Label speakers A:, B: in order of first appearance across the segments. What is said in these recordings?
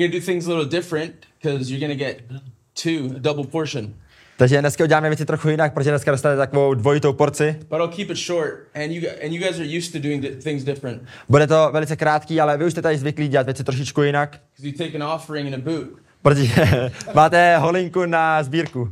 A: We're going to do things a little different because you're going to get a double portion.
B: Takže dneska uděláme věci trochu jinak, protože dneska dostanete takovou dvojitou porci.
A: But I'll keep it short, and you guys are used to doing things different.
B: Bude to velice krátký, ale vy už jste tady zvyklí dělat věci trošičku jinak.
A: Because you take an offering and a boot.
B: Protože máte holinku na sbírku.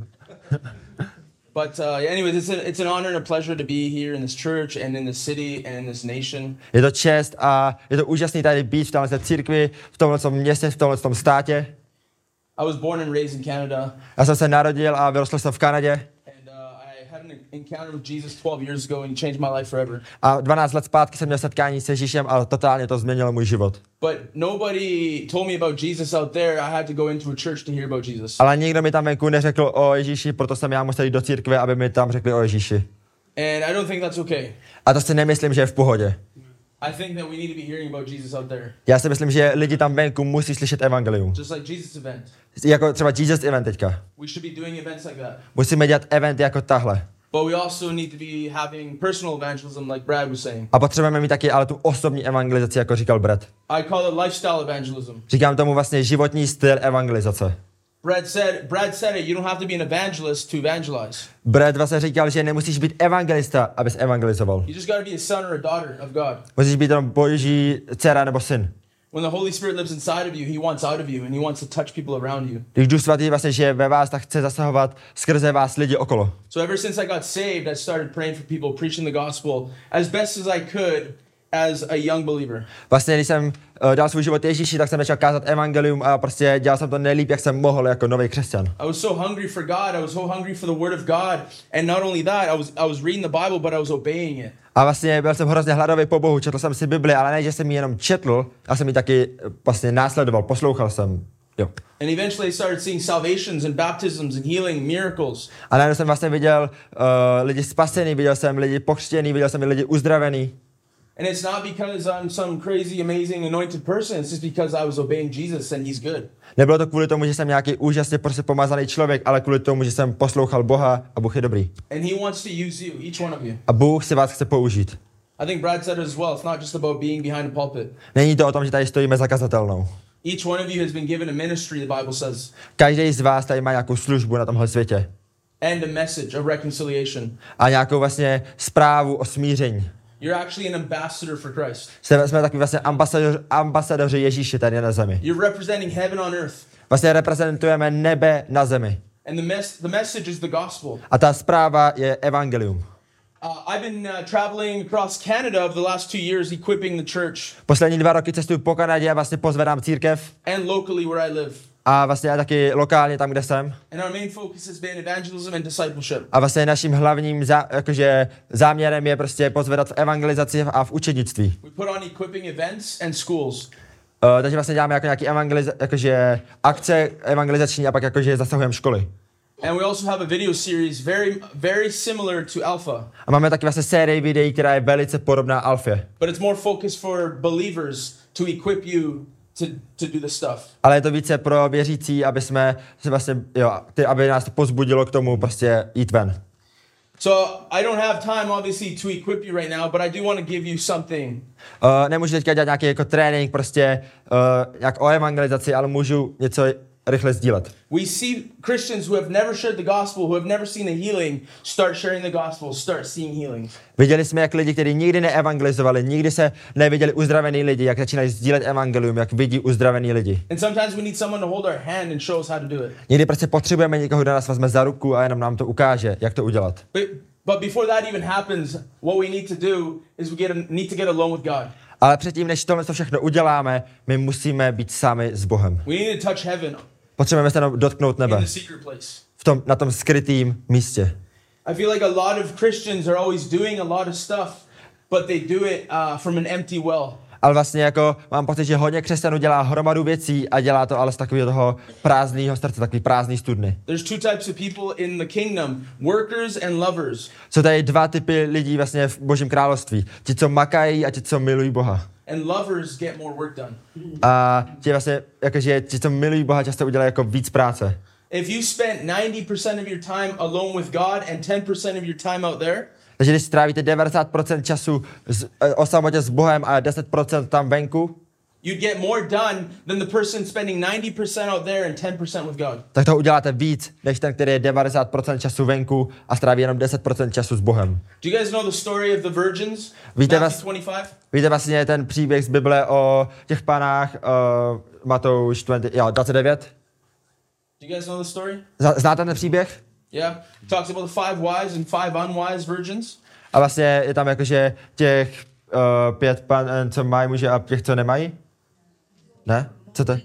A: But anyways, it's an honor and a pleasure to be here in this church and in this city and in this nation.
B: Je to čest a je to úžasný tady být v této církvi, v tomto městě, v tomto státě.
A: I was born and raised in Canada.
B: Já jsem se narodil a vyrostl jsem v Kanadě.
A: And I had an encounter with Jesus 12 years ago and he changed my life forever.
B: A 12 let zpátky jsem měl setkání s Ježíšem a totálně to změnilo můj život.
A: But nobody told me about Jesus out there. I had to go into a church to hear about Jesus.
B: Ale nikdo mi tam venku neřekl o Ježíši, proto jsem já musel jít do církve, aby mi tam řekli o Ježíši.
A: And I don't think that's okay.
B: A to si nemyslím, že je v pohodě.
A: I think that we need to be hearing about Jesus out there.
B: Já si myslím, že lidi tam venku musí slyšet evangelium.
A: Just like Jesus event.
B: Jako třeba Jesus event teďka.
A: We should be doing events like that.
B: Musíme dělat eventy jako tahle.
A: But we also need to be having personal evangelism like Brad was saying.
B: A potřebujeme mít taky ale tu osobní evangelizaci, jako říkal Brad.
A: I call it lifestyle evangelism.
B: Říkám tomu vlastně životní styl evangelizace.
A: Brad said it, you don't have to be an evangelist to evangelize.
B: Brad vlastně říkal, že nemusíš být evangelista, abys evangelizoval.
A: You just got to be a son or a daughter of God.
B: Musíš být jenom boží dcera nebo syn.
A: When the Holy Spirit lives inside of you, he wants out of you and he wants to touch people around you.
B: Když Duch Svatý vlastně žije ve vás, tak chce zasahovat skrze vás lidi okolo.
A: So ever since I got saved, I started praying for people, preaching the gospel as best as I could as a young believer.
B: Vlastně když jsem dal svůj život Ježíši, tak jsem začal kázat evangelium a prostě dělal jsem to nejlíp, jak jsem mohl jako nový křesťan.
A: I was so hungry for God. I was so hungry for the word of God. And not only that, I was reading the Bible, but I was obeying it.
B: A vlastně byl jsem hrozně hladový po Bohu, četl jsem si Bibli, ale ne, že jsem ji jenom četl, já jsem ji taky vlastně následoval, poslouchal jsem. Jo.
A: And eventually I started seeing salvations and baptisms and healing, miracles.
B: A najednou jsem vlastně viděl lidi spasený, viděl jsem lidi pokřtěný, viděl jsem lidi uzdravený.
A: And it's not because I'm some crazy, amazing, anointed person. It's just because I was obeying Jesus and he's good.
B: Nebylo to kvůli tomu, že jsem nějaký úžasně prostě pomazaný člověk, ale kvůli tomu, že jsem poslouchal Boha a Bůh je dobrý.
A: And he wants to use you, each one of you.
B: A Bůh si vás chce použít.
A: I think Brad said it as well. It's not just about being behind a pulpit.
B: Není to o tom, že tady stojíme za kazatelnou.
A: Each one of you has been given a ministry, the Bible says.
B: Každý z vás tady má nějakou službu na tomhle světě.
A: And a message of reconciliation.
B: A nějakou vlastně zprávu o smíření.
A: You're actually an ambassador for Christ.
B: Jsme taky vlastně ambasadoři Ježíše tady na zemi.
A: You're representing heaven on earth.
B: Vlastně reprezentujeme nebe na zemi.
A: And the message is the gospel.
B: A ta zpráva je evangelium.
A: I've been traveling across Canada over the last 2 years equipping the church.
B: Poslední 2 roky cestuju po Kanadě a vlastně pozvedám církev.
A: And locally where I live.
B: A vlastně taky lokálně tam, kde jsem.
A: And our main focus has been evangelism and discipleship.
B: A vlastně naším hlavním záměrem je prostě pozvedat v evangelizaci a v učednictví.
A: We put on equipping events and schools.
B: Takže vlastně děláme jako nějaký akce evangelizační a pak jakože zasahujeme školy.
A: And we also have a video series very similar to Alpha.
B: A máme taky vlastně sérii videí, která je velice podobná Alfě.
A: But it's more focused for believers to equip you to do the stuff.
B: Ale je to více pro věřící, aby jsme se vlastně, aby nás to pozbudilo k tomu prostě jít ven.
A: So I don't have time obviously to equip you right now, but I do want to give you something.
B: Nemůžu teďka dělat nějaký jako trénink prostě jak o evangelizaci, ale můžu něco rychle sdílet.
A: We see Christians who have never shared the gospel, who have never seen a healing, start sharing the gospel, start seeing healings.
B: Viděli jsme, jak lidi, kteří nikdy neevangelizovali, nikdy se neviděli uzdravený lidi, jak začínají sdílet evangelium, jak vidí uzdravený lidi.
A: And sometimes we need someone to hold our hand and show us how to do it.
B: Někdy prostě potřebujeme někoho, kdo nás vezme za ruku a jenom nám to ukáže, jak to udělat.
A: But before that even happens, what we need to do is need to get alone with God.
B: Ale předtím, než tohle všechno uděláme, my musíme být sami s Bohem.
A: We need to touch heaven.
B: Potřebujeme se dotknout nebe.
A: In the secret place.
B: Na tom skrytým místě.
A: I feel like a lot of Christians are always doing a lot of stuff, but they do it from an empty well.
B: Ale vlastně jako mám pocit, že hodně křesťanů dělá hromadu věcí a dělá to ale z takového toho prázdného srdce, takový prázdný studny.
A: There's 2 types of people in the kingdom, workers and lovers.
B: Jsou tady 2 typy lidí vlastně v Božím království. Ti, co makají a ti, co milují Boha.
A: And lovers get more work done.
B: A ti vlastně, jakože ti, co milují Boha, často udělají jako víc práce.
A: If you spent 90% of your time alone with God and 10% of your time out there,
B: takže když strávíte 90% času o samotě s Bohem a 10% tam venku,
A: you'd get more done than the person spending 90% out there and 10% with God.
B: Tak toho uděláte víc, než ten, který je 90% času venku a stráví jenom 10% času s Bohem.
A: Do you guys know the story of the virgins?
B: Víte
A: Matthew 25?
B: Víte vlastně ten příběh z Bible o těch panách, Matouš 29?
A: Do you guys know the story?
B: Znáte ten příběh?
A: Yeah. It talks about the 5 wise and 5 unwise virgins.
B: A vlastně je tam jakože těch 5 pan, co mají muže a těch, co nemají? Ne? Co to je?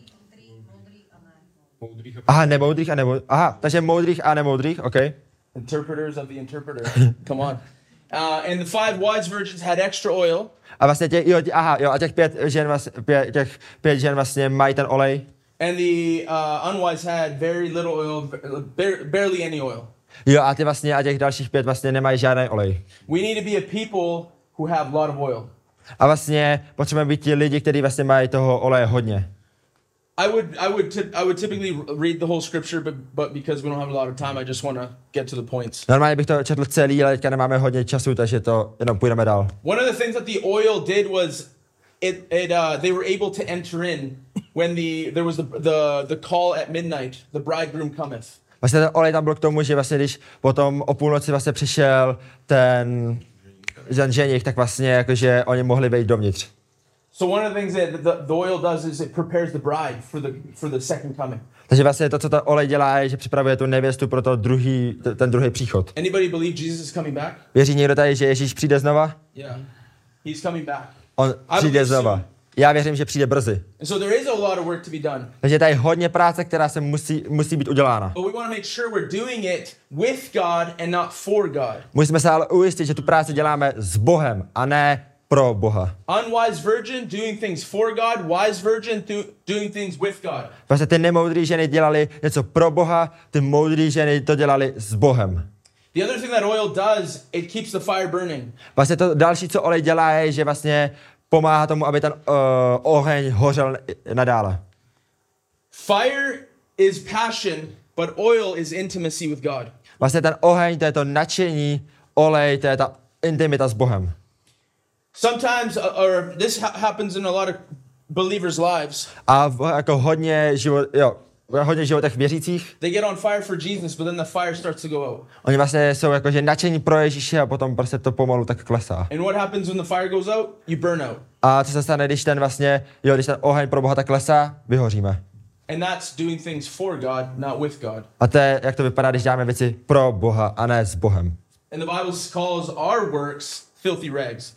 B: Aha, nemoudrých a nemoudrých. Aha, takže moudrých a nemoudrých, OK.
A: Interpreters of the interpreter. Come on. And the 5 wise virgins had extra oil.
B: A vlastně a těch 5 žen, těch 5 žen vlastně mají ten olej.
A: And the unwise had very little oil, barely any oil.
B: Jo, a ty vlastně, a těch dalších 5 vlastně nemají žádný olej.
A: We need to be a people who have a lot of oil.
B: A vlastně potřebujeme být ti lidi, kteří vlastně mají toho oleje hodně.
A: I would typically read the whole scripture, but because we don't have a lot of time, I just want to get to the points.
B: Normálně bych to četl celý, ale teďka nemáme hodně času, takže to jenom půjdeme dál.
A: One of the things that the oil did was they were able to enter in when there was the call at midnight, the bridegroom cometh.
B: Vlastně ten olej tam byl k tomu, že vlastně když potom o půlnoci vlastně přišel ten ženich, tak vlastně jakože oni mohli vejít dovnitř.
A: So one of the things that the oil does is it prepares the bride for the second coming.
B: Takže vlastně to, co ten olej dělá, je, že připravuje tu nevěstu pro ten druhý příchod.
A: Anybody believe Jesus is coming back?
B: Věří někdo tady, že Ježíš přijde znova?
A: Yeah. He's coming back.
B: On přijde znova. Já věřím, že přijde brzy.
A: And so there is a lot of work to be done.
B: Takže tady je hodně práce, která se musí být udělána.
A: But we want to make sure we're doing it with God and not for God.
B: Musíme se ale ujistit, že tu práci děláme s Bohem a ne pro Boha.
A: Unwise virgin doing things for God, wise virgin doing things with God.
B: Vlastně ty nemoudrý ženy dělali něco pro Boha, ty moudrý ženy to dělali s Bohem.
A: The other thing that oil does, it keeps the fire burning.
B: Vlastně to další, co olej dělá, je, že vlastně pomáhá tomu, aby ten oheň hořel nadále.
A: Fire is passion, but oil is intimacy with God.
B: Vlastně ten oheň, to je to nadšení, olej, to je ta intimita s Bohem.
A: Sometimes, or this happens in a lot of believers' lives.
B: A jako hodně životech věřících.
A: They get on fire for Jesus, but then the fire starts to go out.
B: Oni vlastně jsou jakože nadšení pro Ježíše a potom prostě to pomalu tak klesá.
A: And what happens when the fire goes out? You burn out.
B: A co se stane, když ten oheň pro Boha tak klesá? Vyhoříme.
A: And that's doing things for God, not with God.
B: A to je, jak to vypadá, když děláme věci pro Boha a ne s Bohem.
A: And the Bible calls our works filthy rags.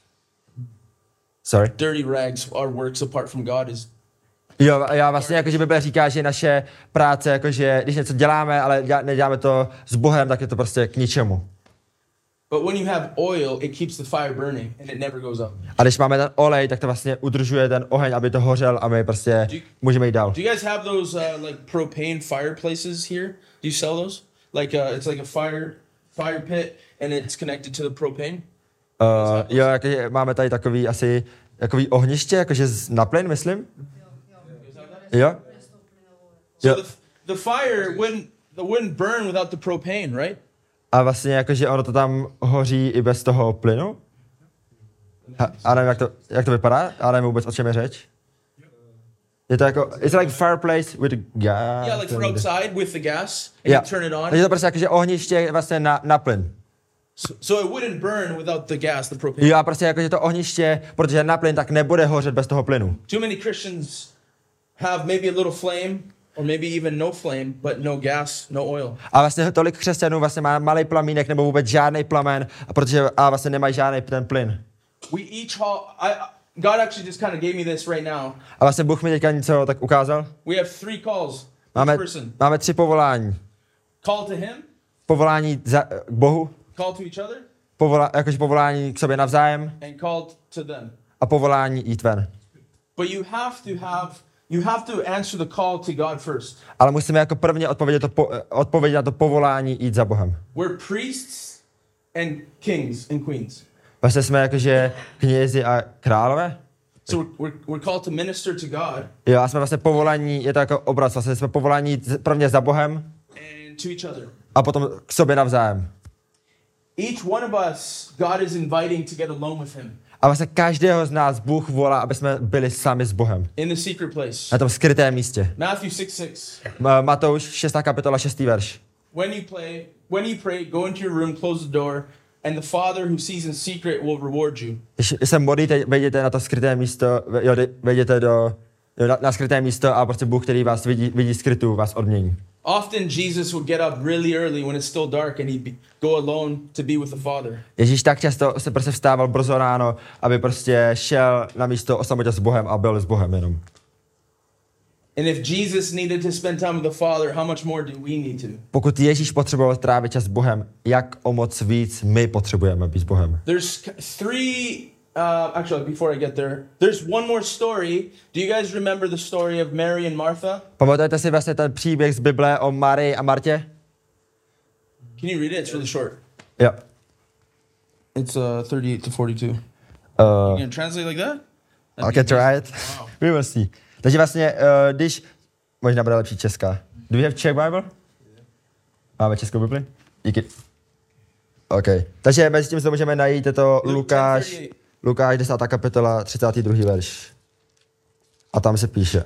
B: Sorry.
A: Dirty rags, our works apart from God is.
B: Jo, já vlastně jakože Bible říká, že naše práce, jakože když něco děláme, ale neděláme to s Bohem, tak je to prostě k ničemu.
A: But when you have oil, it keeps the fire burning and it never goes up.
B: A když máme ten olej, tak to vlastně udržuje ten oheň, aby to hořel a my prostě můžeme jít dál.
A: Do you guys have those like propane fireplaces here? Do you sell those? Like it's like a fire pit and it's connected to the propane?
B: Jo, jakože máme tady takový ohniště, jakože na plyn, myslím. Jo.
A: So the fire wouldn't burn without the propane, right?
B: A vlastně jakože ono to tam hoří i bez toho plynu. A nevím, jak to vypadá, ale nevím vůbec, o čem je řeč. Je to jako, it's like fireplace with gas.
A: Yeah, like for outside with the gas and you turn it on.
B: Takže to prostě jakože ohniště vlastně na plyn.
A: So it wouldn't burn without the gas, the propane.
B: Jo, a prostě jakože to ohniště, protože na plyn, tak nebude hořet bez toho plynu.
A: Too many Christians have maybe a little flame, or maybe even no flame, but no gas, no oil.
B: A vlastně tolik křesťanů vlastně má malý plamínek nebo vůbec žádný plamen, a vlastně nemají žádný ten plyn.
A: We each God actually just kind of gave me this right now.
B: A vlastně Bůh mi teďka něco tak ukázal.
A: We have 3 calls.
B: Máme 3 povolání.
A: Call to him.
B: Povolání k Bohu.
A: Call to each other.
B: Jakože povolání k sobě navzájem.
A: And call to them.
B: A povolání jít ven.
A: But you have to answer the call to God first.
B: Ale musíme jako prvně odpovědět na to povolání jít za Bohem.
A: We're priests and kings and queens.
B: Vlastně jsme jakože knězi a králové.
A: So we're called to minister to God.
B: Jo, a jsme vlastně povolání, je to jako obraz, vlastně jsme povolání prvně za Bohem.
A: And to each other.
B: A potom k sobě navzájem.
A: Each one of us, God is inviting to get alone with him.
B: A vlastně každého z nás Bůh volá, aby jsme byli sami s Bohem.
A: in the secret place.
B: Na tom skrytém místě.
A: Matthew 6:6.
B: Matouš 6. kapitola 6. verš.
A: When you pray, go into your room, close the door, and the Father who sees in secret will reward you.
B: Když se modlíte, vejděte na to skryté místo, vejděte na skryté místo a prostě Bůh, který vás vidí skrytou, vás odmění.
A: Often Jesus would get up really early when it's still dark and he'd go alone to be with the Father.
B: Ježíš tak často se prostě vstával brzo ráno, aby prostě šel na místo o samotě s Bohem a byl s Bohem jenom.
A: And if Jesus needed to spend time with the Father, how much more do we need to?
B: Pokud Ježíš potřeboval trávit čas s Bohem, jak o moc víc my potřebujeme být s Bohem.
A: There's actually, before I get there, there's one more story. Do you guys remember the story of Mary and Martha?
B: Pamatujete si vlastně ten příběh z Bible o Marii a Martě?
A: Can you read it? It's really short.
B: Jo.
A: It's 38 to 42. You can translate like that?
B: I can try it.
A: Wow.
B: We will see. Takže vlastně, když... Možná bude lepší česká. Do we have Czech Bible? Máme českou Bibli? Díky. OK. Takže mezi tím se můžeme najít to Lukáš 10. kapitola, 32. verš. A tam se píše.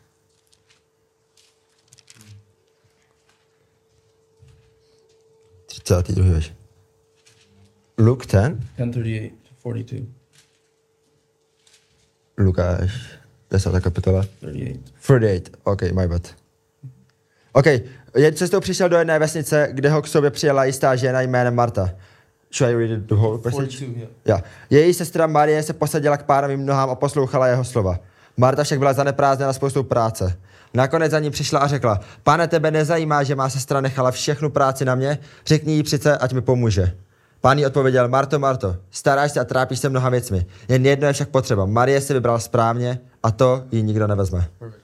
B: verš. Luke 10?
A: 10:38 to 42.
B: Lukáš 10. kapitola.
A: 38.
B: 38, OK, my bad. OK, cestou přišel do jedné vesnice, kde ho k sobě přijela jistá žena jménem Marta. Should I read the whole passage?
A: 42, yeah.
B: Ja. Její sestra Marie se posadila k Pánovým nohám a poslouchala jeho slova. Marta však byla zaneprázdněna spoustou práce. Nakonec za ní přišla a řekla, Pane, tebe nezajímá, že má sestra nechala všechnu práci na mě? Řekni jí přece, ať mi pomůže. Pán jí odpověděl, Marto, Marto, staráš se a trápíš se mnoha věcmi. Jen jedno je však potřeba. Marie si vybrala správně a to jí nikdo nevezme.
A: Perfect.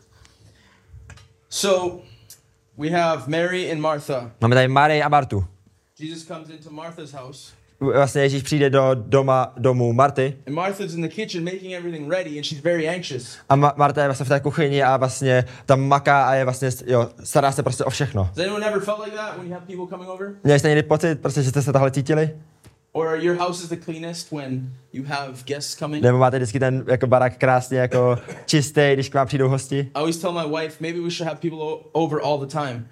A: So, we have Mary and Martha.
B: Máme tady Marii a Martu.
A: Jesus comes into Martha's house.
B: Vlastně Ježíš přijde do domu Marty
A: And Martha's in the kitchen making everything ready and she's very anxious.
B: a Marta je vlastně v té kuchyni a vlastně tam maká a je vlastně, stará se prostě o všechno.
A: Has anyone ever felt like that when you have people coming over?
B: Měli jste někdy pocit, prostě, že jste se tahle cítili?
A: Or your house is the cleanest when you have guests coming?
B: Nebo máte vždycky ten jako barák krásně jako čistý, když k vám přijdou hosti?
A: I always tell my wife, maybe we should have people over all the time.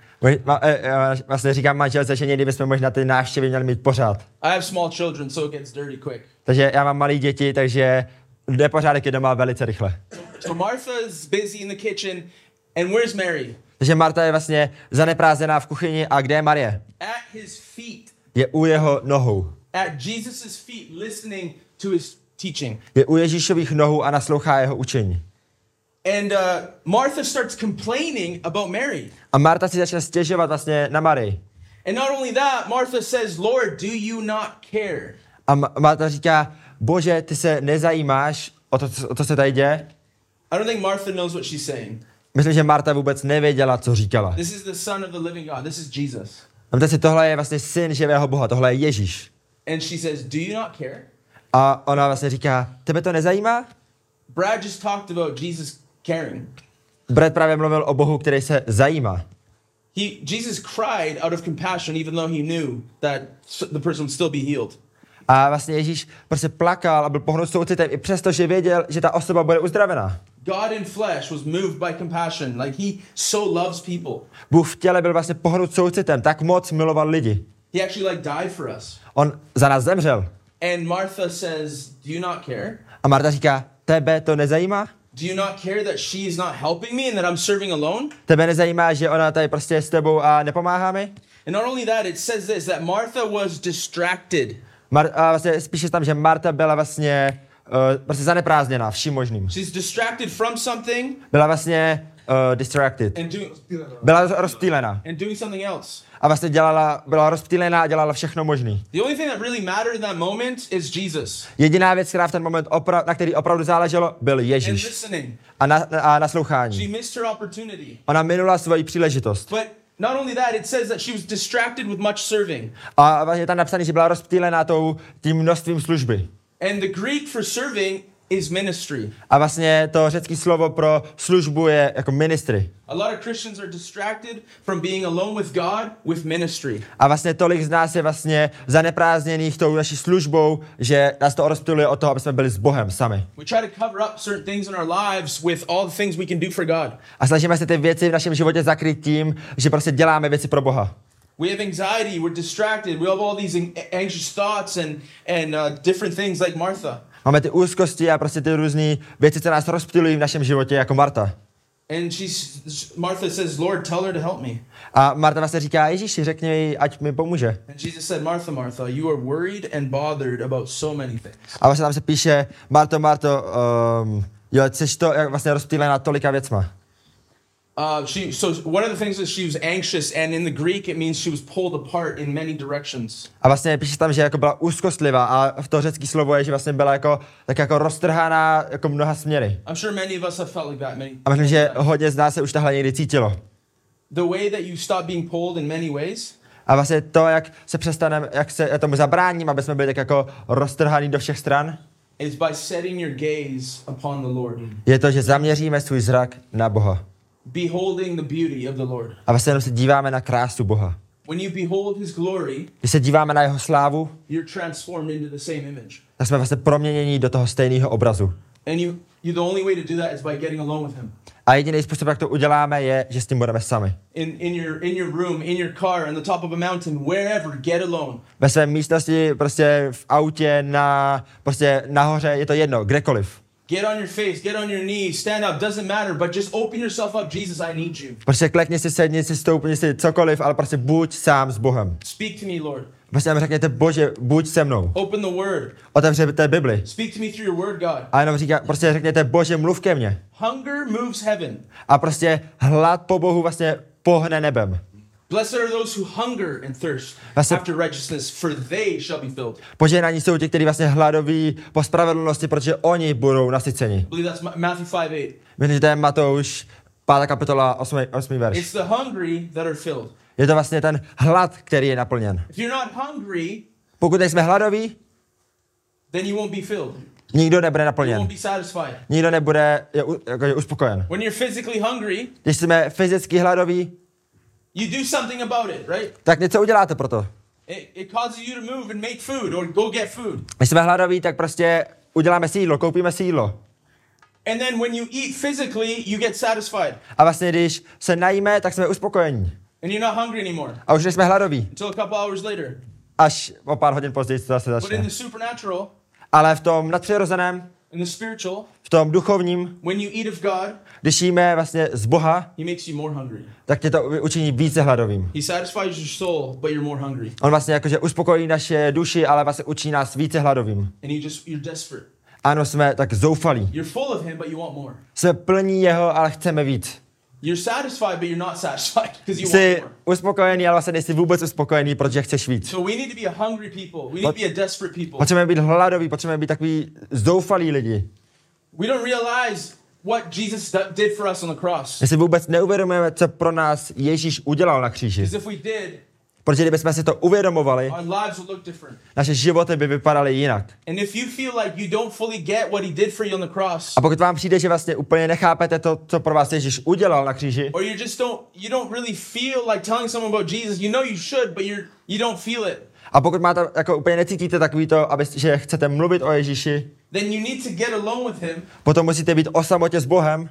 B: Vlastně říkám manželce, že někdy bychom možná ty návštěvy měli mít pořád.
A: I have small children, so it gets dirty quick.
B: Takže já mám malé děti, takže nepořádek je doma velice rychle.
A: So Martha is busy in the kitchen, and where's Mary?
B: Takže Marta je vlastně zaneprázdněná v kuchyni a kde je Marie?
A: At his feet.
B: Je u jeho nohou.
A: At Jesus' feet, listening to his teaching.
B: Je u Ježíšových nohou a naslouchá jeho učení.
A: And Martha starts complaining about Mary.
B: A Marta si začne stěžovat vlastně na Marii.
A: And not only that, Martha says, Lord, do you not care?
B: A Marta říká, Bože, ty se nezajímáš o to, co tady děje?
A: I don't think Martha knows what she's saying.
B: Myslím, že Marta vůbec nevěděla, co říkala.
A: This is the Son of the living God. This is Jesus.
B: Vemte si, tohle je vlastně syn živého Boha, tohle je Ježíš.
A: And she says, do you not care?
B: A ona vlastně říká, tebe to nezajímá?
A: Brad just talked about Jesus caring.
B: Brad právě mluvil o Bohu, který se zajímá.
A: Jesus cried out of compassion, even though he knew that the person would still be healed.
B: A vlastně Ježíš prostě plakal a byl pohnut soucitem, i přesto, že věděl, že ta osoba bude uzdravená.
A: God in flesh was moved by compassion, like he so loves people.
B: Bůh v těle byl vlastně pohnut soucitem, tak moc miloval lidi.
A: He actually died for us.
B: On za nás zemřel.
A: And Martha says, do you not care?
B: A Marta říká, tebe to nezajímá?
A: Do you not care that she is not helping me and that I'm serving alone?
B: Tebe nezajímá, že ona tady prostě je s tebou a nepomáhá mi?
A: And not only that, it says this, that Martha was distracted.
B: A vlastně spíše tam, že Marta byla vlastně prostě zaneprázdněná vším možným.
A: She's distracted from something
B: Byla vlastně distracted. Byla rozptýlená.
A: and doing something else.
B: A vlastně byla rozptýlená a dělala všechno možný.
A: The only thing that really mattered in that moment is Jesus.
B: Jediná věc, která v ten moment na který opravdu záleželo, byl
A: And
B: Ježíš.
A: listening.
B: A naslouchání.
A: She missed her opportunity.
B: Ona minula svoji příležitost.
A: But not only that, it says that she was distracted with much serving.
B: A vlastně tam napsané, že byla rozptýlená tím množstvím služby.
A: And the Greek for serving is ministry.
B: A vlastně to řecké slovo pro službu je jako ministry.
A: A lot of Christians are distracted from being alone with God with ministry.
B: A vlastně tolik z nás je vlastně zaneprázdněných tou naší službou, že nás to rozptyluje od toho, aby jsme byli s Bohem sami.
A: We try to cover up certain things in our lives with all the things we can do for God.
B: A snažíme se ty věci v našem životě zakrýt tím, že prostě děláme věci pro Boha.
A: We have anxiety, we're distracted, we have all these anxious thoughts and different things like Martha.
B: Máme ty úzkosti a prostě ty různé věci, co nás rozptylují v našem životě, jako Marta.
A: And Martha says, Lord, tell her to help me.
B: A Marta vlastně říká, Ježíši, řekni jí, ať mi pomůže.
A: And Jesus said, Martha, Martha, you are worried and bothered about so many things.
B: A vlastně tam se píše, Marto, jo, jsi to vlastně rozptýlená tolika věcma.
A: So one of the things is she was anxious, and in the Greek it means she was pulled apart in many directions.
B: A vlastně píše tam, že jako byla úzkostlivá a v to řecké slovo je, že vlastně byla jako tak jako roztrhaná jako mnoha směry.
A: I'm sure many of us have felt like that.
B: A myslím, že hodně z nás se už tahle někdy cítilo.
A: The way that you stop being pulled in many ways.
B: A vlastně to, jak se přestaneme, jak se tomu zabráním, aby jsme byli tak jako roztrhaní do všech stran,
A: is by setting your gaze upon the Lord.
B: Je to, že zaměříme svůj zrak na Boha.
A: Beholding the beauty of the Lord.
B: A vlastně jenom se díváme na krásu Boha.
A: When you behold his glory,
B: když se díváme na jeho slávu,
A: you're transformed into the same image.
B: Tak jsme vlastně proměněni do toho stejného obrazu.
A: And the only way to do that is by getting alone with him.
B: A jediný způsob, jak to uděláme, je, že s tím budeme sami.
A: In your room, in your car, on the top of a mountain, wherever, get alone.
B: Ve své místnosti, prostě v autě, prostě nahoře, je to jedno, kdekoliv.
A: Get on your face, get on your knees, stand up, doesn't matter, but just open yourself up, Jesus, I need you.
B: Prostě klekni si, sedni si, stoupni si, cokoliv, ale prostě buď sám s Bohem.
A: Speak to me, Lord.
B: Prostě nám řekněte, Bože, buď se mnou.
A: Open the word.
B: Otevřete Bibli.
A: Speak to me through your word, God.
B: A jenom prostě řekněte, Bože, mluv ke mně.
A: Hunger moves heaven.
B: A prostě hlad po Bohu vlastně pohne nebem.
A: Blessed are those who hunger and thirst after righteousness, for they shall be filled.
B: Požehnaní jsou ti, kteří vlastně hladoví po spravedlnosti, protože oni budou nasyceni.
A: I believe that's Matthew 5:8.
B: Myslím, že to je Matouš 5. kapitola 8. verš.
A: It's the hungry that are filled.
B: Je to vlastně ten hlad, který je naplněn.
A: If you're not hungry,
B: pokud nejsme hladoví,
A: then you won't be filled.
B: Nikdo nebude
A: You
B: naplněn.
A: won't be satisfied.
B: Nikdo nebude je uspokojen.
A: When you're physically hungry,
B: když jsme fyzicky hladoví,
A: you do something about it, right?
B: Tak něco uděláte pro to.
A: It causes you to move and make food or go get food.
B: Když jsme hladoví, tak prostě uděláme si jídlo, koupíme si jídlo.
A: And then when you eat physically, you get satisfied.
B: A vlastně když se najíme, tak jsme uspokojení.
A: And you're not hungry anymore.
B: A už nejsme hladoví.
A: Until a couple hours later.
B: Až o pár hodin později to zase
A: But in
B: začne.
A: the supernatural,
B: ale v tom nadpřirozeném,
A: in the spiritual,
B: v tom duchovním,
A: when you eat of God,
B: když jíme vlastně z Boha,
A: he makes you more hungry.
B: Tak tě to učiní více hladovým.
A: He satisfies your soul, but you're more hungry.
B: On vlastně jakože uspokojí naše duši, ale vlastně učiní nás více hladovým.
A: And you're desperate.
B: Ano, jsme tak zoufalí.
A: You're full of him, but you want more.
B: Jsme plní jeho, ale chceme víc.
A: You're satisfied, but you're not satisfied because you
B: Jsi
A: want more.
B: uspokojený, ale vlastně nejsi vůbec uspokojený, protože chceš víc.
A: So we need to be a hungry people. We need to be a desperate people.
B: Potřebujeme být hladoví, potřebujeme být takový zoufalí lidi.
A: We don't realize what Jesus did for us on the cross.
B: My si vůbec neuvědomujeme, co pro nás Ježíš udělal na kříži.
A: Because if we did,
B: protože kdybychom si to uvědomovali,
A: our lives would look different.
B: Naše životy by vypadaly jinak.
A: And if you feel like you don't fully get what he did for you on the cross,
B: a pokud vám přijde, že vlastně úplně nechápete to, co pro vás Ježíš udělal na kříži,
A: or you don't really feel like telling someone about Jesus, you know you should, but you don't feel it.
B: A pokud máte jako úplně necítíte takový to, že chcete mluvit o Ježíši,
A: then you need to get alone with him.
B: Potom musíte být o samotě s Bohem.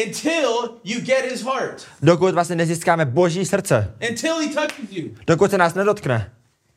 A: Until you get his heart.
B: Dokud vlastně nezískáme Boží srdce.
A: Until he touches you.
B: Dokud se nás nedotkne.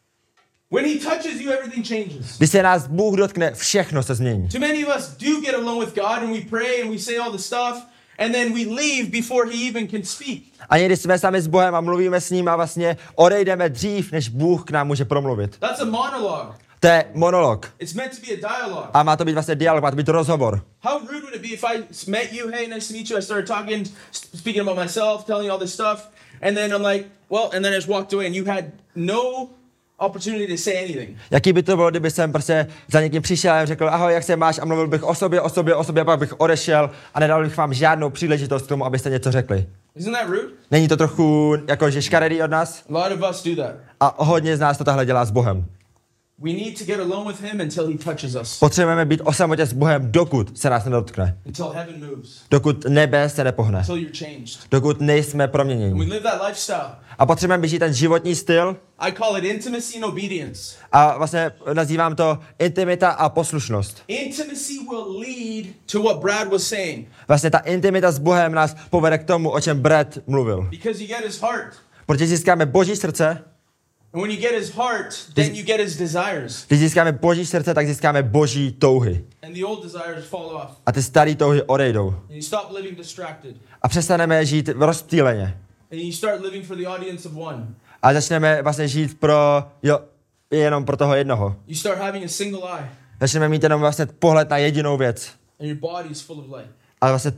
A: When he touches you, everything changes.
B: Když se nás Bůh dotkne, všechno se změní.
A: Too many of us do get alone with God and we pray and we say all the stuff and then we leave before he even can speak.
B: A někdy jsme sami s Bohem a mluvíme s ním a vlastně odejdeme dřív, než Bůh k nám může promluvit.
A: That's a monologue.
B: To je monolog.
A: It's meant to be a dialogue.
B: A má to být vlastně dialog, má to být rozhovor.
A: How rude would it be if I met you, hey, nice to meet you, I started talking, speaking about myself, telling you all this stuff, and then I'm like, well, and then I just walked away and you had no opportunity to say anything.
B: Jaký by to bylo, kdyby jsem prostě za někým přišel a řekl, ahoj, jak se máš, a mluvil bych o sobě, a pak bych odešel a nedal bych vám žádnou příležitost k tomu, abyste něco řekli.
A: Isn't that rude?
B: Není to trochu jakože škaredý od nás?
A: A lot of us do that.
B: A hodně z nás to tahle dělá s Bohem.
A: We need to get alone with him until he touches us.
B: Potřebujeme být o samotě s Bohem, dokud se nás nedotkne.
A: Until heaven moves.
B: Dokud nebe se nepohne.
A: Until you're changed.
B: Dokud nejsme
A: And we
B: proměněni.
A: live that lifestyle.
B: A potřebujeme žít ten životní styl
A: I call it intimacy and obedience.
B: a vlastně nazývám to intimita a poslušnost.
A: Intimacy will lead to what Brad was saying.
B: Vlastně ta intimita s Bohem nás povede k tomu, o čem Brad mluvil.
A: Because you get his heart.
B: Protože získáme Boží srdce,
A: And when you get his heart, then you get his desires.
B: když získáme Boží srdce, tak získáme Boží touhy.
A: And the old desires fall off.
B: A ty staré touhy odejdou.
A: And you stop living distracted.
B: A přestaneme žít rozptýleně.
A: And you start living for the audience of one.
B: A začneme vlastně žít jenom pro toho jednoho.
A: You start having a single eye.
B: Začneme mít jenom vlastně pohled na jedinou věc.
A: And your body is full of light.
B: A vlastně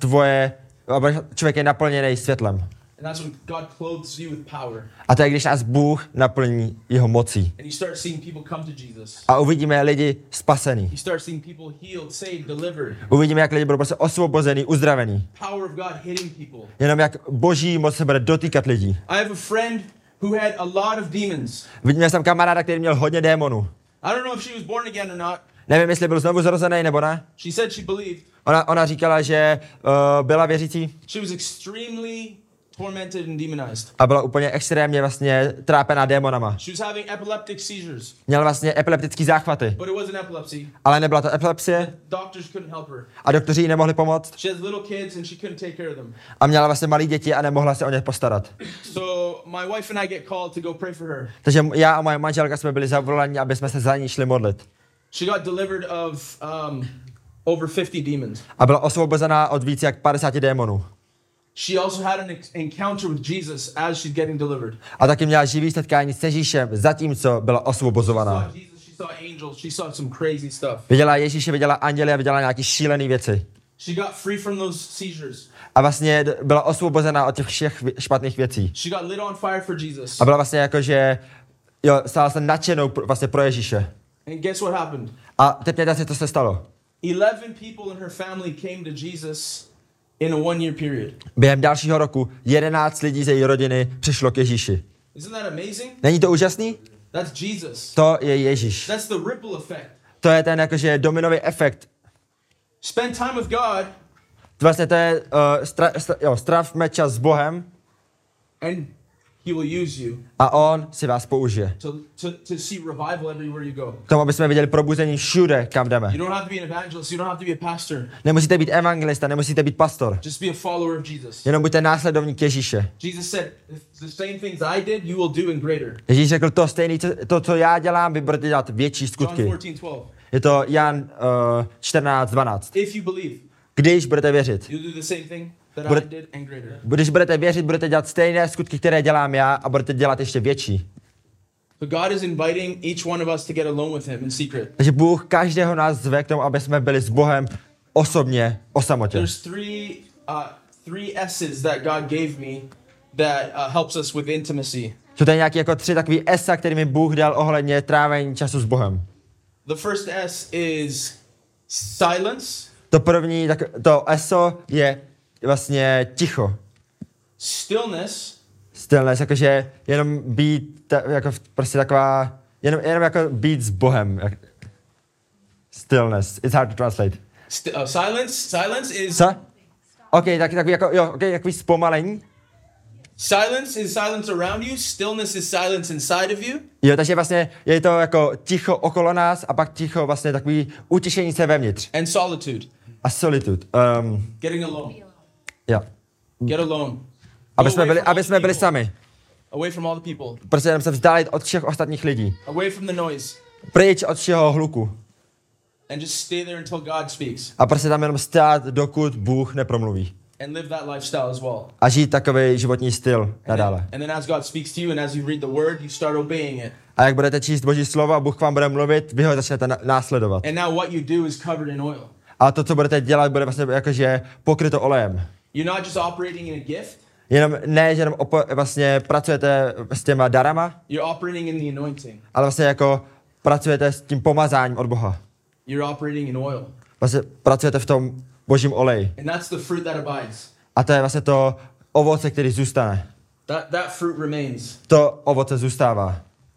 B: člověk je naplněný světlem.
A: And that's when God clothes you with power.
B: A to je, když nás Bůh naplní jeho mocí.
A: And you start seeing people come to Jesus.
B: A uvidíme lidi spasený.
A: You start seeing people healed, saved, delivered.
B: Uvidíme, jak lidi budou prostě osvobozený, uzdravený.
A: Power of God hitting people.
B: Jenom jak Boží moc se bude dotýkat lidí.
A: I have a friend who had a lot of demons.
B: Měl jsem kamaráda, který měl hodně démonů.
A: I don't know if she was born again or not.
B: Nevím, jestli byl znovu zrozený nebo ne.
A: She said she believed.
B: Ona říkala, že byla věřící
A: She was extremely tormented and demonized.
B: a byla úplně extrémně vlastně trápená démonama.
A: She was having epileptic seizures,
B: Měla vlastně epileptický záchvaty,
A: but it wasn't epilepsy.
B: ale nebyla to epilepsie
A: Doctors couldn't help her.
B: a doktoři jí nemohli pomoct
A: She has little kids and she couldn't take care of them.
B: a měla vlastně malé děti a nemohla se o ně postarat.
A: So my wife and I get called to go pray for her.
B: Takže já a moje manželka jsme byli zavolaní, aby jsme se za ní šli modlit.
A: She got delivered of over 50 demons.
B: A byla osvobozená od více jak 50 démonů.
A: She also had an encounter with Jesus as she's getting delivered.
B: A taky měla živý setkání s Ježíšem, zatímco byla osvobozovaná.
A: She saw angels, she saw some crazy stuff.
B: Viděla Ježíše, viděla anděly a viděla nějaký šílený věci.
A: She got free from those seizures.
B: A vlastně byla osvobozená od těch všech špatných věcí.
A: She got lit on fire for Jesus.
B: A byla vlastně jako, že stala se nadšenou vlastně pro Ježíše.
A: And guess what happened?
B: A teď si to se stalo.
A: 11 people in her family came to Jesus in a 1 year period.
B: Během dalšího roku 11 lidí ze její rodiny přišlo k Ježíši.
A: Isn't that amazing?
B: Není to úžasný?
A: That's Jesus.
B: To je Ježíš.
A: That's the ripple effect.
B: To je ten jakože dominový efekt.
A: Spend time with God
B: Vlastně to je, stravme čas s Bohem
A: and He will use you
B: a on si vás použije.
A: to see revival everywhere you go.
B: K tomu, aby jsme viděli probuzení všude, kam jdeme.
A: You don't have to be an evangelist. You don't have to be a pastor.
B: Nemusíte být evangelista, nemusíte být pastor.
A: Just be a follower of Jesus.
B: Jenom buďte následovník Ježíše.
A: Jesus said, the same things I did, you will do in greater.
B: Ježíš řekl to stejné, co já dělám, vy budete dělat větší
A: John
B: skutky.
A: 14:12.
B: Je to Jan 14:12.
A: If you believe,
B: Když budete věřit,
A: you'll do the same thing that
B: Bude-
A: I did and greater.
B: když budete věřit, budete dělat stejné skutky, které dělám já a budete dělat ještě větší.
A: So God is inviting each one of us to get alone with Him in secret.
B: Takže Bůh každého nás zve k tomu, aby jsme byli s Bohem osobně, o samotě.
A: There's three S's that God gave me that helps us with intimacy.
B: Jsou tady nějaké jako 3 takový esa, který mi Bůh dal ohledně trávení času s Bohem.
A: The first S is silence,
B: To první, to eso je vlastně ticho.
A: stillness,
B: Stillness, jakože jenom být, jako prostě taková, jenom jako být s Bohem. Stillness, it's hard to translate.
A: silence is
B: Co? OK, takový jako, takový zpomalení.
A: silence is silence around you. Stillness is silence inside of you.
B: Jo, takže vlastně je to jako ticho okolo nás a pak ticho vlastně takový utišení se vevnitř.
A: And solitude,
B: A solitude.
A: getting alone.
B: Jo.
A: Get alone.
B: Aby
A: Go
B: jsme
A: away
B: byli,
A: from all
B: aby
A: the
B: jsme byli
A: people.
B: sami.
A: Away from all the people.
B: Prostě jenom se vzdálit od všech ostatních lidí.
A: Away from the noise.
B: Pryč od všeho hluku.
A: And just stay there until God speaks.
B: A prostě tam jenom stát, dokud Bůh nepromluví.
A: And live that lifestyle as well.
B: A žít takový životní styl nadále.
A: And then as God speaks to you and as you read the word, you start obeying it.
B: A jak budete číst Boží slovo a Bůh k vám bude mluvit, vy ho začnete následovat.
A: And now what you do is covered in oil.
B: A to, co budete dělat, bude vlastně jakože pokryto olejem.
A: You're not just operating in a gift,
B: Jenom ne, že jenom vlastně pracujete s těma darama,
A: you're operating in the anointing.
B: ale vlastně jako pracujete s tím pomazáním od Boha.
A: You're operating in oil.
B: Vlastně pracujete v tom Božím oleji.
A: And that's the fruit that abides.
B: A to je vlastně to ovoce, který zůstane.
A: That fruit remains.
B: To ovoce zůstává.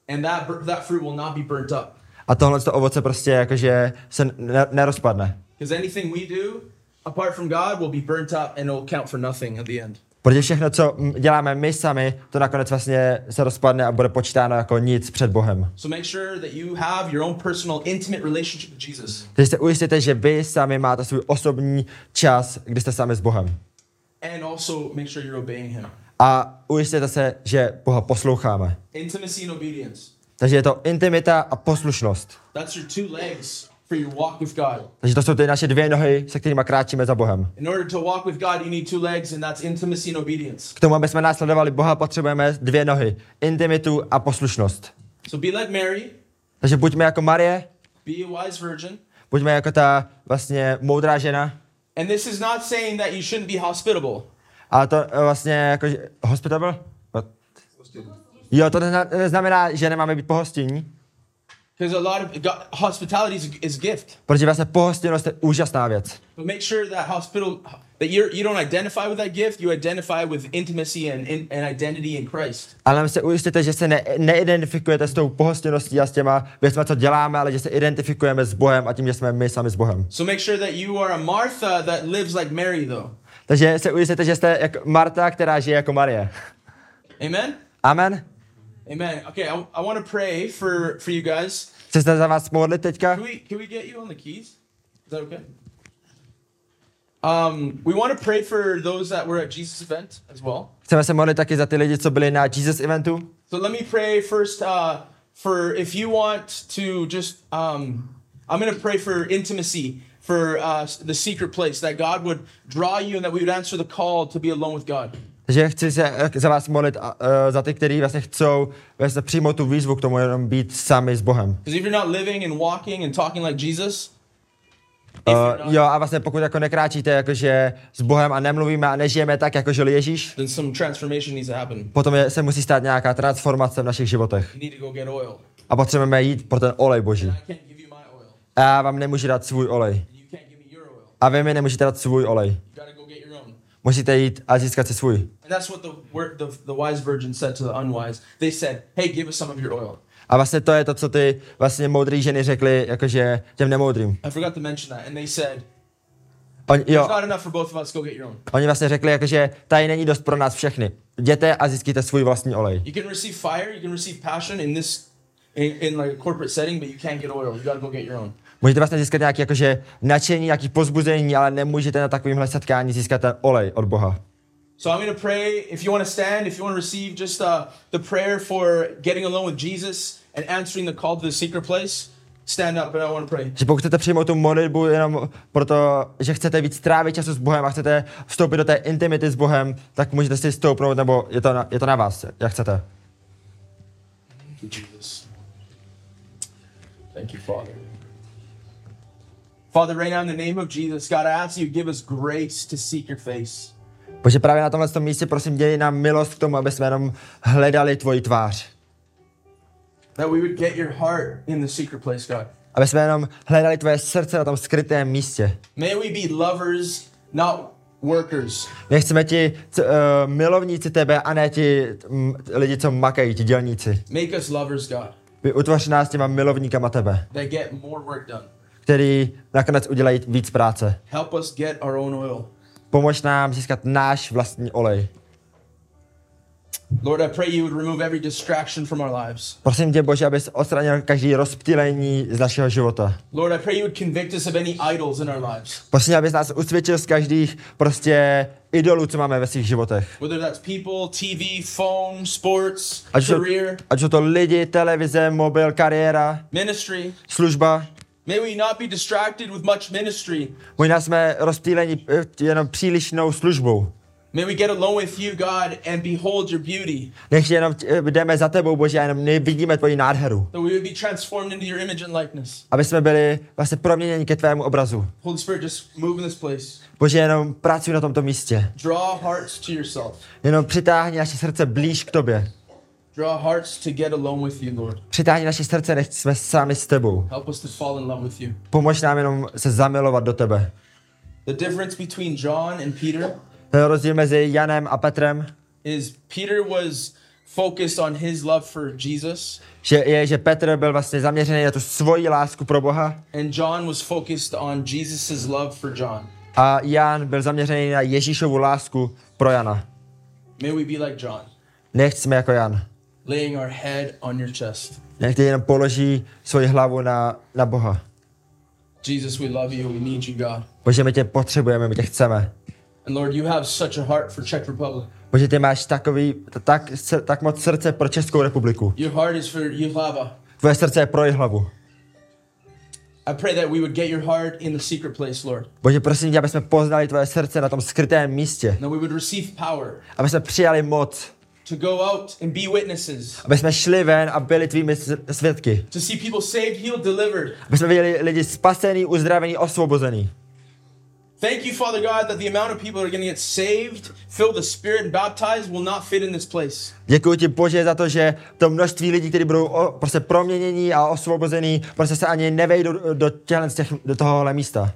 A: and that fruit will not be burnt up.
B: A tohle to ovoce prostě jakože se nerozpadne.
A: Because anything we do apart from God will be burnt up and it will count for nothing at the end.
B: Protože všechno, co děláme my sami, to nakonec vlastně se rozpadne a bude počítáno jako nic před Bohem.
A: So make sure that you have your own personal intimate relationship with Jesus.
B: Takže se ujistěte, že vy sami máte svůj osobní čas, kdy jste sami s Bohem.
A: And also make sure you're obeying him.
B: A ujistěte se, že Boha posloucháme.
A: Intimacy and obedience.
B: Takže je to intimita a poslušnost.
A: That's your two legs for your walk with God.
B: Takže to jsou ty naše dvě nohy, se kterými kráčíme za Bohem.
A: In order to walk with God, you need two legs, and that's intimacy and obedience.
B: K tomu, aby jsme následovali Boha, potřebujeme dvě nohy. Intimitu a poslušnost.
A: So be like Mary.
B: Takže buďme jako Marie,
A: Be a wise virgin.
B: buďme jako ta vlastně moudrá žena.
A: And this is not saying that you shouldn't be hospitable.
B: A to vlastně jako hospitable? What? Jo, to neznamená, že nemáme být pohostinní.
A: Because a lot of hospitality is a gift.
B: Protože vlastně pohostinnost je úžasná věc.
A: But make sure that you don't identify with that gift, you identify with intimacy and identity in Christ.
B: Ale se ujistěte, že se neidentifikujete s tou pohostinností a s těma věcmi, co děláme, ale že se identifikujeme s Bohem a tím, že jsme my sami s Bohem.
A: So make sure that you are a Martha that lives like Mary though.
B: Takže se ujistěte, že jste jako Marta, která žije jako Marie.
A: Amen?
B: Amen.
A: Amen. Okay, I want to pray for you guys.
B: Chci se za vás modlit teďka?
A: Can we get you on the keys? Is that okay? We want to pray for those that were at Jesus event as well.
B: Chceme se modlit taky za ty lidi, co byli na Jesus eventu.
A: So let me pray first for if you want to just I'm going to pray for intimacy, for the secret place, that God would draw you and that we would answer the call to be alone with God.
B: Takže chci se za vás modlit za ty, kteří vlastně chcou vlastně přijmout tu výzvu k tomu jenom být sami s Bohem.
A: Because if you're not living and walking and talking like Jesus,
B: jo, a vlastně pokud jako nekráčíte jakože s Bohem a nemluvíme a nežijeme tak, jako žil Ježíš,
A: then some transformation needs to happen.
B: potom se musí stát nějaká transformace v našich životech.
A: You need to go get oil.
B: A potřebujeme jít pro ten olej Boží.
A: I can't give you my oil.
B: A já vám nemůžu dát svůj olej.
A: And you can't give me your oil.
B: A vy mi nemůžete dát svůj olej.
A: You got to go get your own.
B: Musíte jít a získat si svůj.
A: And that's what the wise virgin said to the unwise. They said, "Hey, give us some of your oil."
B: A vlastně to je to, co ty vlastně moudrý ženy řekly, jakože těm nemoudrým.
A: I forgot to mention that. And they said,
B: Oni, jo,
A: "There's not enough for both of us. Go get your own."
B: oni vlastně řekli, jakože tady není dost pro nás všechny. Jděte a získejte svůj vlastní olej.
A: You can receive fire, you can receive passion in like a corporate setting, but you can't get oil. You got to go get your own.
B: Můžete vlastně získat nějaké jakože nadšení, nějaké pozbuzení, ale nemůžete na takovémhle setkání získat ten olej od Boha.
A: So I'm going to pray. If you want to stand, if you want to receive just the prayer for getting alone with Jesus and answering the call to the secret place, stand up and I want to pray.
B: Že pokud chcete přijmout tu modlitbu jenom proto, že chcete víc trávit času s Bohem a chcete vstoupit do té intimity s Bohem, tak můžete si stoupnout, nebo je to na vás, jak chcete.
A: Thank you, Jesus. Thank you, Father. Father, right now in the name of Jesus, God, I ask you to give us grace to seek your face.
B: Bože, právě na tomhle místě prosím dělej nám milost k tomu, aby jsme jenom hledali tvoji tvář.
A: That we would get your heart in the secret place, God.
B: Aby jsme jenom hledali tvoje srdce na tom skrytém místě.
A: May we be lovers, not workers.
B: My chceme ti milovníci tebe a ne ti lidi, co makají, ti dělníci.
A: Make us lovers, God.
B: Utvoř nás těma milovníkama tebe,
A: That get more work done.
B: který nakonec udělají víc práce.
A: Help us get our own oil.
B: Pomož nám získat náš vlastní olej.
A: Lord, I pray you would remove every distraction from our lives.
B: Prosím tě, Bože, abys odstranil každý rozptýlení z našeho života.
A: Lord, I pray you would convict us of any idols in our lives.
B: Prosím, abys nás usvědčil z každých prostě idolů, co máme ve svých životech.
A: Whether that's people, TV, phone, sports,
B: Ať jsou to lidi, televize, mobil, kariéra,
A: ministry.
B: služba.
A: May we not be distracted with much ministry.
B: Možná jsme rozptýleni jenom přílišnou službou.
A: May we get alone with you, God, and behold your beauty.
B: Nech jenom jdeme za tebou, Bože, a jenom vidíme tvoji nádheru.
A: That we would be transformed into your image and likeness.
B: Aby jsme byli vlastně proměněni ke tvému obrazu.
A: Holy Spirit, just move in this place.
B: Bože, jenom pracuj na tomto místě.
A: Draw hearts to yourself.
B: Jenom přitáhni naše srdce blíž k tobě.
A: Draw hearts to get alone with you, Lord.
B: Přitáhni naše srdce, nech jsme sami s tebou.
A: Help us to fall in love with you.
B: Pomož nám jenom se zamilovat do tebe.
A: The difference between John and Peter
B: Ten rozdíl mezi Janem a Petrem
A: is Peter was focused on his love for Jesus,
B: že Petr byl vlastně zaměřený na tu svoji lásku pro Boha
A: and John was focused on Jesus's love for John.
B: a Jan byl zaměřený na Ježíšovu lásku pro Jana.
A: May we be like John,
B: Nechť jsme jako Jan.
A: laying our head on your chest.
B: Nechť jenom položí svoji hlavu na Boha.
A: Jesus, we love you. We need you, God.
B: Bože, my tě potřebujeme, my tě chceme.
A: And Lord, you have such a heart for Czech Republic.
B: Bože, ty máš tak moc srdce pro Českou republiku.
A: Your heart is for Jihlava.
B: Tvoje srdce je pro Jihlavu.
A: I pray that we would get your heart in the secret place, Lord.
B: Bože, prosím tě, aby jsme poznali tvoje srdce na tom skrytém místě.
A: And that we would receive power
B: Aby jsme přijali moc.
A: to go out and be witnesses.
B: Aby jsme šli ven a byli tvými svědky.
A: To see people saved, healed, delivered.
B: Aby jsme viděli lidi spasený, uzdravený, osvobozený.
A: Thank you, Father God, that the amount of people that are going to get saved, filled with the Spirit, and baptized will not fit in this place.
B: Děkuji ti, Bože, za to, že to množství lidí, kteří budou prostě proměnění a osvobození, prostě se ani nevejdou do tohohle místa.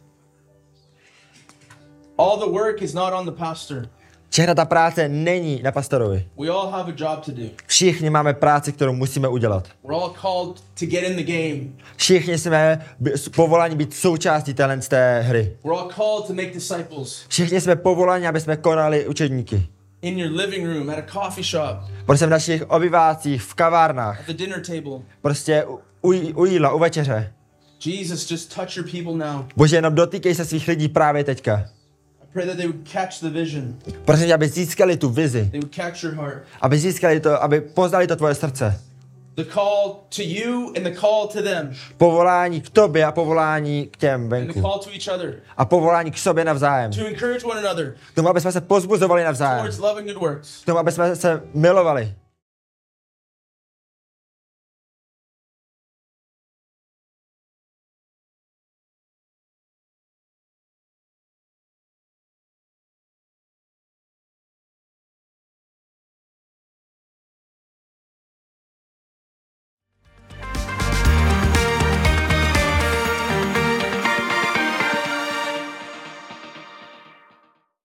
A: All the work is not on the pastor.
B: Všechna ta práce není na pastorovi.
A: We all have a job to do.
B: Všichni máme práci, kterou musíme udělat.
A: We're all called to get in the game.
B: Všichni jsme povoláni být součástí té hry.
A: We're all called to make disciples.
B: Všichni jsme povoláni, aby jsme konali učedníky.
A: In your living room, at a coffee shop,
B: Prostě v našich obyvácích, v kavárnách,
A: at the dinner table.
B: prostě u jídla, u večeře.
A: Jesus, just touch your people now.
B: Bože, jenom dotýkej se svých lidí právě teďka.
A: I pray that they would catch the vision.
B: Prosím tě, aby získali tu vizi.
A: They would catch your heart.
B: Aby získali to, aby poznali to tvoje srdce.
A: The call to you and the call to them.
B: Povolání k tobě a povolání k těm
A: And the
B: venku.
A: call to each other.
B: A povolání k sobě navzájem.
A: To encourage one another
B: K tomu, aby jsme se pozbuzovali navzájem.
A: towards love and good works.
B: K tomu, aby jsme se milovali.